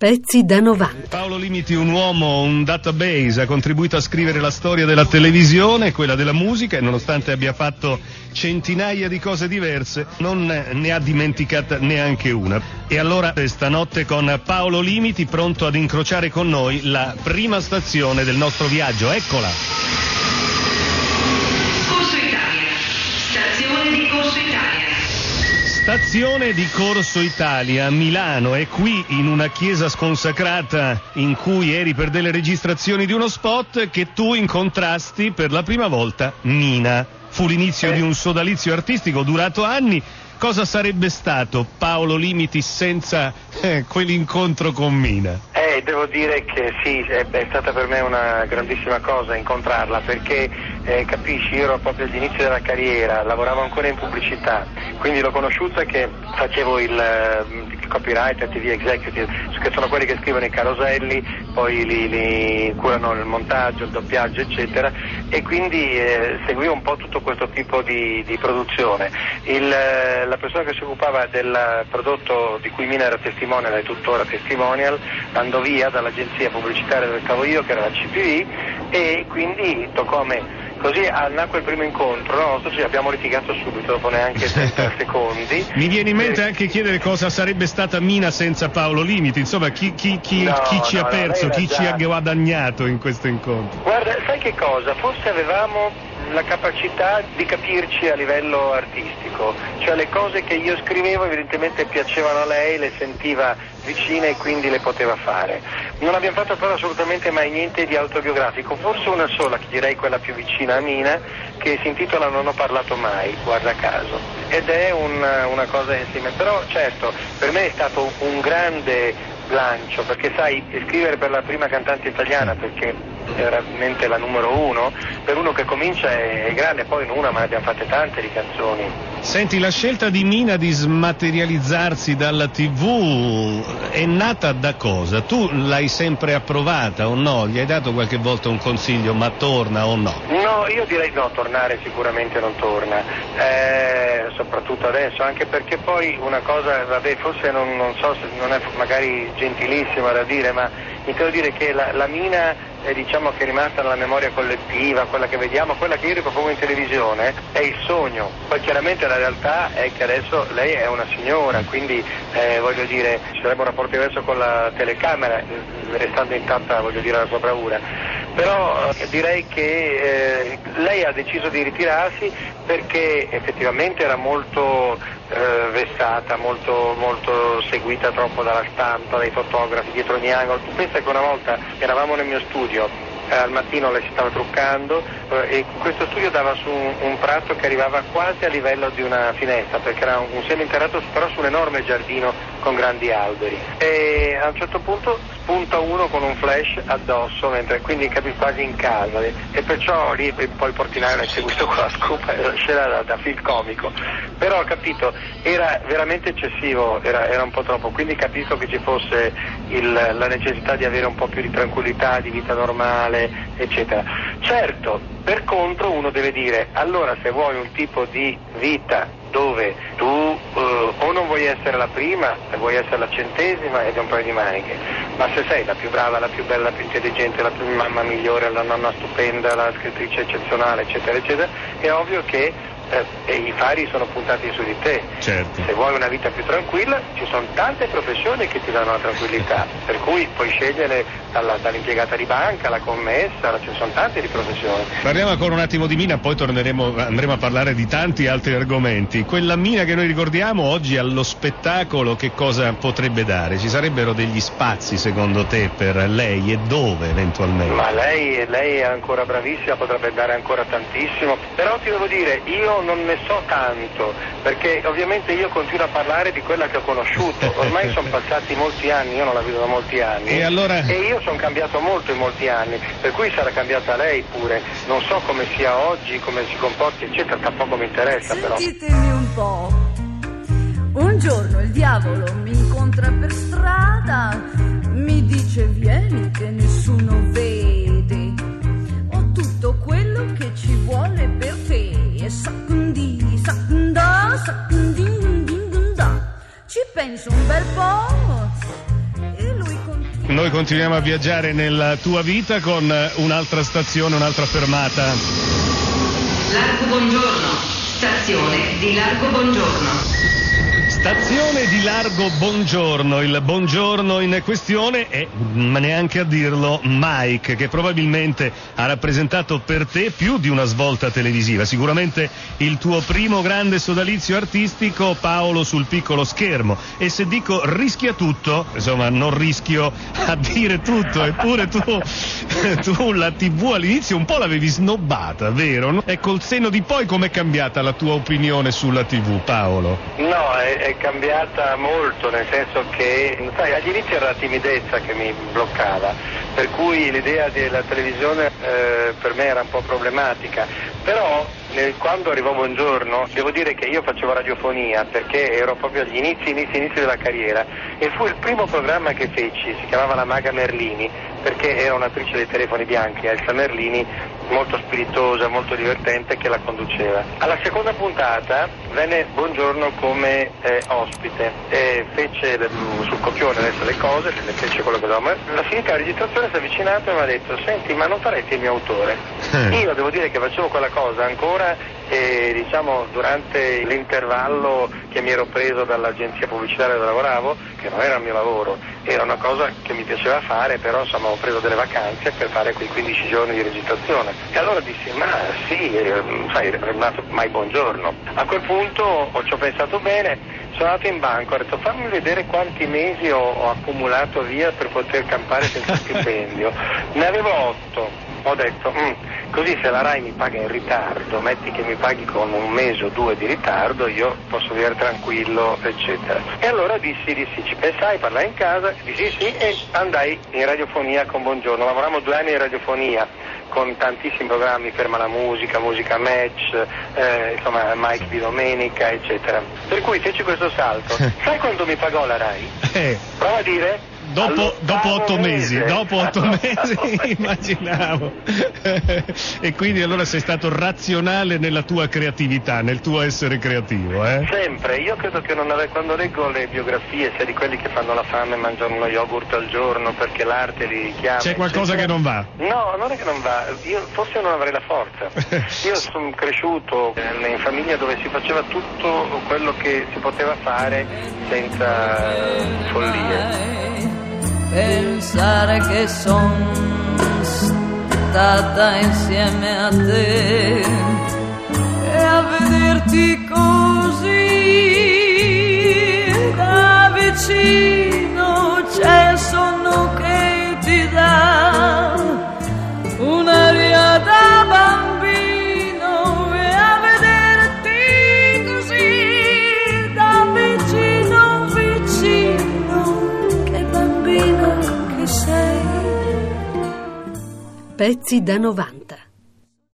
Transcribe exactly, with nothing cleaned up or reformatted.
Pezzi da novanta. Paolo Limiti, un uomo, un database, ha contribuito a scrivere la storia della televisione, quella della musica, e nonostante abbia fatto centinaia di cose diverse, non ne ha dimenticata neanche una. E allora stanotte con Paolo Limiti, pronto ad incrociare con noi la prima stazione del nostro viaggio. Eccola! Corso Italia. Stazione di Corso Italia. Stazione di Corso Italia, Milano. È qui, in una chiesa sconsacrata in cui eri per delle registrazioni di uno spot, che tu incontrasti per la prima volta Mina. Fu l'inizio di un sodalizio artistico durato anni. Cosa sarebbe stato Paolo Limiti senza eh, quell'incontro con Mina? Eh, devo dire che sì, è, è stata per me una grandissima cosa incontrarla, perché eh, capisci, io ero proprio all'inizio della carriera, lavoravo ancora in pubblicità, quindi l'ho conosciuta che facevo il, il copywriter, T V executive, che sono quelli che scrivono i caroselli, poi li, li curano il montaggio, il doppiaggio, eccetera, e quindi eh, seguivo un po' tutto questo tipo di, di produzione. Il, la persona che si occupava del prodotto di cui Mina era testimonial, è tuttora testimonial, andò via dall'agenzia pubblicitaria dove stavo io, che era la C P V, e quindi toccò a me. Così nacque il primo incontro nostro, ci abbiamo litigato subito, dopo neanche trenta secondi. Mi viene in mente eh, anche chiedere cosa sarebbe stata Mina senza Paolo Limiti, insomma chi, chi, chi, no, chi ci no, ha perso, no, chi già... ci ha guadagnato in questo incontro. Guarda, sai che cosa? Forse avevamo la capacità di capirci a livello artistico, cioè le cose che io scrivevo evidentemente piacevano a lei, le sentiva vicine e quindi le poteva fare. Non abbiamo fatto però assolutamente mai niente di autobiografico, forse una sola, che direi quella più vicina a Mina, che si intitola Non ho parlato mai, guarda caso, ed è una, una cosa insieme. Però certo, per me è stato un grande lancio, perché sai, scrivere per la prima cantante italiana, perché è veramente la numero uno, per uno che comincia è, è grande, poi non una, ma ne abbiamo fatte tante di canzoni. Senti, la scelta di Mina di smaterializzarsi dalla tivù è nata da cosa? Tu l'hai sempre approvata o no? Gli hai dato qualche volta un consiglio, ma torna o no? No, io direi no, tornare sicuramente non torna, eh, soprattutto adesso, anche perché poi una cosa, vabbè, forse non, non so se non è magari gentilissima da dire, ma intendo dire che la, la Mina eh, diciamo che è rimasta nella memoria collettiva, quella che vediamo, quella che io ripropongo in televisione, è il sogno. Poi chiaramente la realtà è che adesso lei è una signora, quindi eh, voglio dire, ci sarebbe un rapporto diverso con la telecamera, eh, restando intatta, voglio dire, la sua bravura. Però eh, direi che eh, lei ha deciso di ritirarsi perché effettivamente era molto eh, vessata, molto, molto seguita troppo dalla stampa, dai fotografi, dietro ogni angolo. Tu pensa che una volta eravamo nel mio studio, eh, al mattino lei si stava truccando eh, e questo studio dava su un, un prato che arrivava quasi a livello di una finestra, perché era un, un semi-interrato però su un enorme giardino con grandi alberi, e a un certo punto spunta uno con un flash addosso, mentre quindi capi quasi in casa, e perciò lì poi il portinaio ne ha seguito con la scopa, era scena da, da film comico, però capito, era veramente eccessivo, era, era un po' troppo, quindi capisco che ci fosse il, la necessità di avere un po' più di tranquillità, di vita normale, eccetera. Certo, per contro uno deve dire, allora se vuoi un tipo di vita dove tu uh, o non vuoi essere la prima, vuoi essere la centesima ed è un paio di maniche, ma se sei la più brava, la più bella, la più intelligente, la più mamma migliore, la nonna stupenda, la scrittrice eccezionale, eccetera, eccetera, è ovvio che eh, i fari sono puntati su di te. Certo. Se vuoi una vita più tranquilla, ci sono tante professioni che ti danno la tranquillità, per cui puoi scegliere dalla, dall'impiegata di banca, alla commessa, ce ne sono tante di professioni. Parliamo ancora un attimo di Mina, poi torneremo, andremo a parlare di tanti altri argomenti. Quella Mina che noi ricordiamo oggi allo spettacolo, che cosa potrebbe dare? Ci sarebbero degli spazi secondo te per lei, e dove eventualmente? Ma lei, lei è ancora bravissima, potrebbe dare ancora tantissimo, però ti devo dire, io non ne so tanto, perché ovviamente io continuo a parlare di quella che ho conosciuto, ormai sono passati molti anni, io non la vedo da molti anni, e, allora... e io sono cambiato molto in molti anni, per cui sarà cambiata lei pure, non so come sia oggi, come si comporti eccetera, tampoco mi interessa. Però sentitemi un po', un giorno il diavolo mi incontra per strada, mi dice vieni che nessuno vede, ho tutto quello che ci vuole per te, e saccundi, saccunda, saccundin, din, din, da. Ci penso un bel po' e lui con Noi continuiamo a viaggiare nella tua vita con un'altra stazione, un'altra fermata. Largo Buongiorno, stazione di Largo Buongiorno. Stazione di Largo Buongiorno, il buongiorno in questione è, ma neanche a dirlo, Mike, che probabilmente ha rappresentato per te più di una svolta televisiva, sicuramente il tuo primo grande sodalizio artistico, Paolo sul piccolo schermo. E se dico rischia tutto, insomma non rischio a dire tutto, eppure tu, tu la tivù all'inizio un po' l'avevi snobbata, vero? E col senno di poi com'è cambiata la tua opinione sulla tivù, Paolo? No, è, è cambiata molto, nel senso che, sai, agli inizi era la timidezza che mi bloccava, per cui l'idea della televisione eh, per me era un po' problematica, però nel, quando arrivò Buongiorno, devo dire che io facevo radiofonia perché ero proprio agli inizi, inizi, inizi della carriera, e fu il primo programma che feci, si chiamava La Maga Merlini, perché era un'attrice dei telefoni bianchi, Elsa Merlini, molto spiritosa, molto divertente, che la conduceva. Alla seconda puntata venne Buongiorno come eh, ospite e fece le, sul copione adesso le cose, le fece quello che doveva. Alla finita la registrazione si è avvicinato e mi ha detto: senti, ma non faresti il mio autore? Eh. Io devo dire che facevo quella cosa ancora e diciamo durante l'intervallo che mi ero preso dall'agenzia pubblicitaria dove lavoravo, che non era il mio lavoro, era una cosa che mi piaceva fare, però insomma ho preso delle vacanze per fare quei quindici giorni di registrazione. E allora dissi: ma sì, eh, sai, è nato mai Buongiorno. A quel punto ho, ci ho pensato bene, sono andato in banco, ho detto: fammi vedere quanti mesi ho, ho accumulato via per poter campare senza stipendio. Ne avevo otto. Ho detto, mm, così se la Rai mi paga in ritardo, metti che mi paghi con un mese o due di ritardo, io posso vivere tranquillo, eccetera. E allora dissi, dissi, ci pensai, parlai in casa, dissi sì e andai in radiofonia con Buongiorno. Lavorammo due anni in radiofonia con tantissimi programmi, Ferma la musica, Musica Match, eh, insomma Mike di domenica, eccetera. Per cui feci questo salto. Sai quanto mi pagò la Rai? Eh. Prova a dire? Dopo, dopo otto mesi, mese. dopo otto mesi immaginavo. E quindi allora sei stato razionale nella tua creatività, nel tuo essere creativo, eh? Sempre, io credo che non ave... quando leggo le biografie, sia di quelli che fanno la fame e mangiano uno yogurt al giorno perché l'arte li richiama. C'è qualcosa eccetera. Che non va? No, non è che non va, io forse non avrei la forza. Io sono cresciuto in famiglia dove si faceva tutto quello che si poteva fare senza follie. Pensare che son stata insieme a te e a vederti così da vicino, c'è il sonno che ti dà un'aria da bambino, e a vederti così da vicino, vicino, che bambino che sei. Pezzi da novanta.